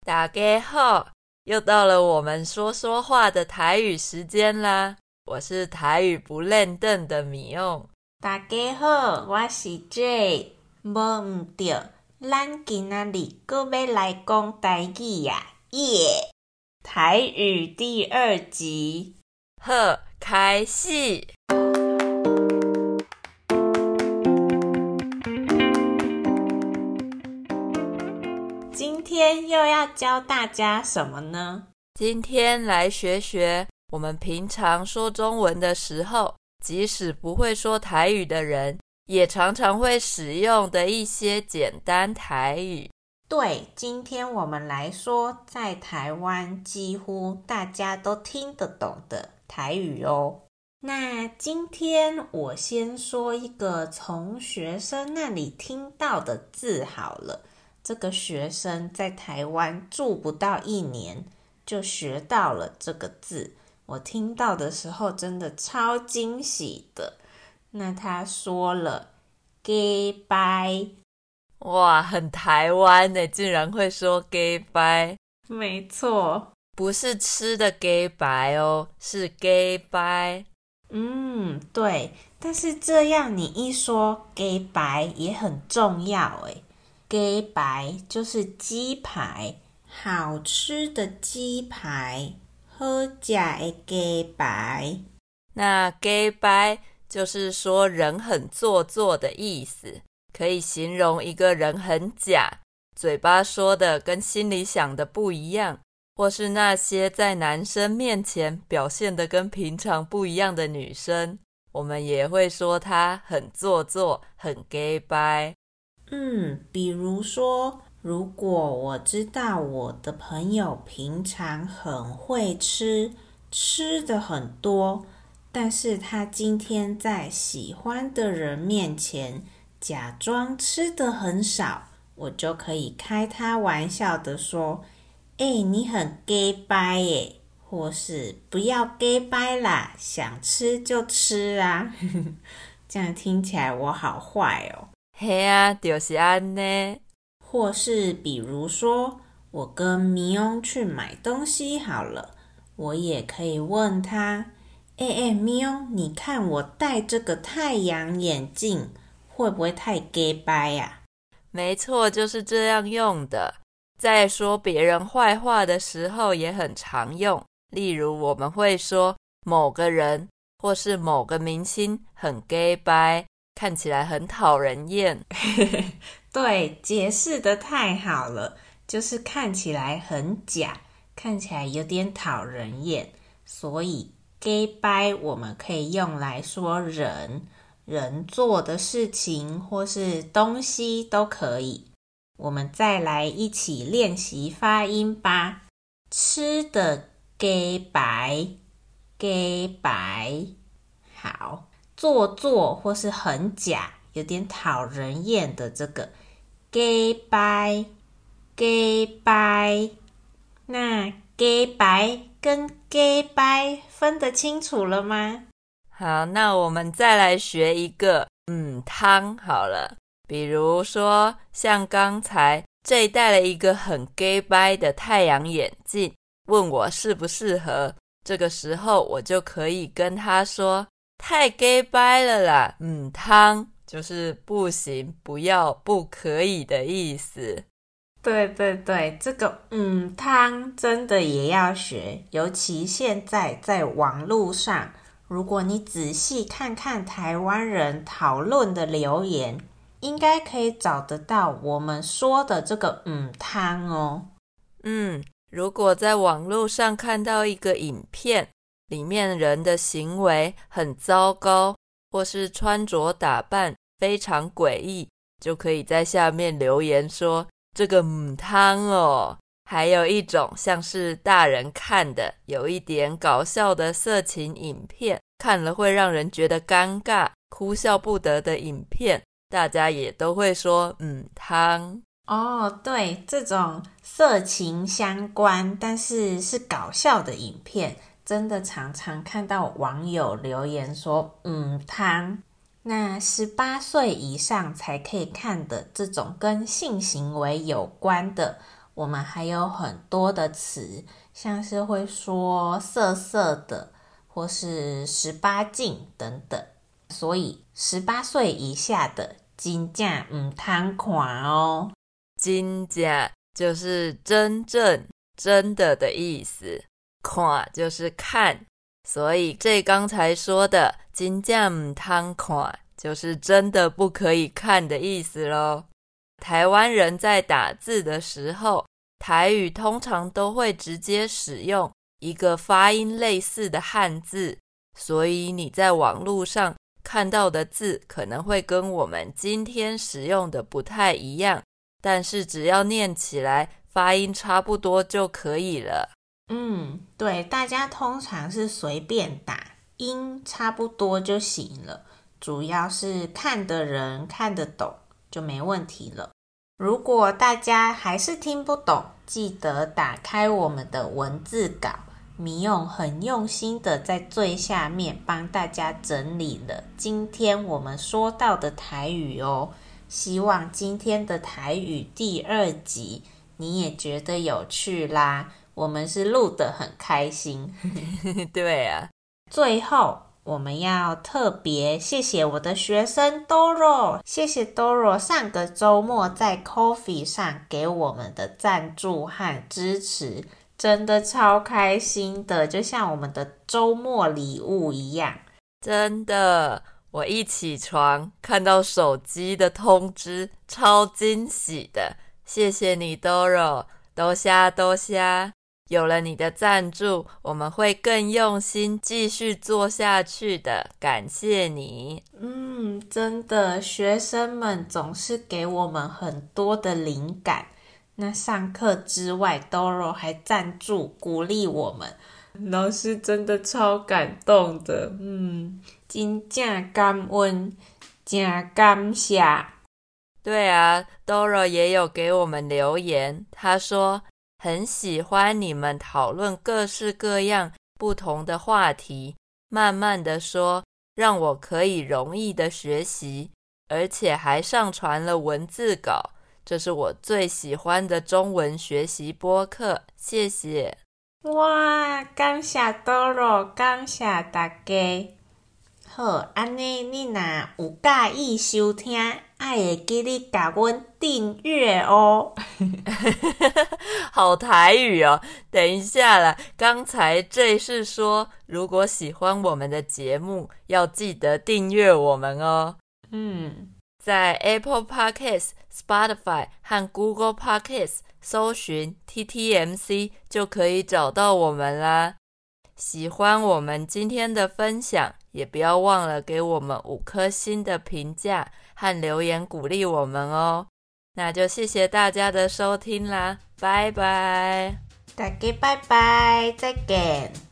大家好，又到了我们说说话的台语时间啦！我是台语不练凳的米用。 大家好，我是 J。无毋对，咱今仔日阁要来讲台语呀，耶！台语第2集， 好，开始。 今天又要教大家什么呢？ 今天来学学我们平常说中文的时候，即使不会说台语的人，也常常会使用的一些简单台语。 对，今天我们来说在台湾几乎大家都听得懂的台语哦。那今天我先说一个从学生那里听到的字好了。这个学生在台湾住不到1年，就学到了这个字。我听到的时候真的超惊喜的。那他说了“假掰”， 哇，很台湾耶，竟然会说假掰。 没错， 不是吃的假白哦，是假掰。 对。但是这样你一说“假掰”也很重要耶。假掰就是鸡排，好吃的鸡排，好吃的假掰。 那假掰就是说人很做作的意思，可以形容一个人很假，嘴巴说的跟心里想的不一样，或是那些在男生面前表现的跟平常不一样的女生，我们也会说她很做作，很假掰。 比如说，如果我知道我的朋友平常很会吃，吃的很多，但是他今天在喜欢的人面前假装吃的很少，我就可以开他玩笑的说，你很假掰耶，或是不要假掰啦，想吃就吃啊。这样听起来我好坏哦。 嘿啊，就是安呢。 或是比如说，我跟迷翁去买东西好了，我也可以问他，迷翁，你看我戴这个太阳眼镜，会不会太假掰呀？ 没错，就是这样用的。在说别人坏话的时候也很常用，例如我们会说某个人或是某个明星很假掰，看起来很讨人厌。 对，解释得太好了，就是看起来很假，看起来有点讨人厌，所以假掰我们可以用来说人做的事情或是东西都可以。我们再来一起练习发音吧。吃的假掰，假掰。好，做作或是很假，有点讨人厌的这个假掰，假掰。那假掰跟假掰分得清楚了吗？ 好，那我们再来学一个汤好了。比如说像刚才这戴了一个很假掰的太阳眼镜，问我适不适合，这个时候我就可以跟他说太假掰了啦，汤就是不行，不要，不可以的意思。 对对对，这个汤真的也要学，尤其现在在网络上，如果你仔细看看台湾人讨论的留言，应该可以找得到我们说的这个汤哦。 如果在网络上看到一个影片，里面人的行为很糟糕，或是穿着打扮非常诡异，就可以在下面留言说这个汤哦。还有一种像是大人看的有一点搞笑的色情影片，看了会让人觉得尴尬哭笑不得的影片，大家也都会说汤哦。对，这种色情相关但是是搞笑的影片，真的常常看到网友留言说汤。那18岁以上才可以看的这种跟性行为有关的， 我们还有很多的词，像是会说色色的，或是18禁等等。所以18岁以下的真正不通看哦。 真正就是真正真的的意思，看就是看，所以这刚才说的真正不通看就是真的不可以看的意思咯。台湾人在打字的时候，台语通常都会直接使用一个发音类似的汉字，所以你在网络上看到的字可能会跟我们今天使用的不太一样，但是只要念起来发音差不多就可以了。 对，大家通常是随便打，音差不多就行了，主要是看的人看得懂就没问题了。如果大家还是听不懂，记得打开我们的文字稿，米勇很用心的在最下面帮大家整理了今天我们说到的台语哦。希望今天的台语第2集你也觉得有趣啦，我们是录得很开心。 对啊， 最后我们要特别谢谢我的学生 Doro， 谢谢 Doro 上个周末在 Ko-fi 上给我们的赞助和支持，真的超开心的，就像我们的周末礼物一样。真的， 我一起床看到手机的通知，超惊喜的，谢谢你 Doro， 多谢多谢。有了你的赞助，我们会更用心继续做下去的，感谢你。 真的，学生们总是给我们很多的灵感。那上课之外 Doro 还赞助鼓励我们，老师真的超感动的。真正感恩，真感谢。 对啊， Doro 也有给我们留言，他说很喜欢你们讨论各式各样不同的话题，慢慢的说，让我可以容易的学习，而且还上传了文字稿，这是我最喜欢的中文学习播客，谢谢。 哇，感谢 Doro， 感谢大家。好，这样你若有介意收听，还会记得给阮订阅哦。 好台语哦，等一下啦，刚才这是说如果喜欢我们的节目，要记得订阅我们哦。在 Apple Podcasts、Spotify 和 Google Podcasts 搜寻 TTMC 就可以找到我们啦。喜欢我们今天的分享，也不要忘了给我们5颗星的评价和留言鼓励我们哦。那就谢谢大家的收听啦，拜拜。 大家拜拜，再见。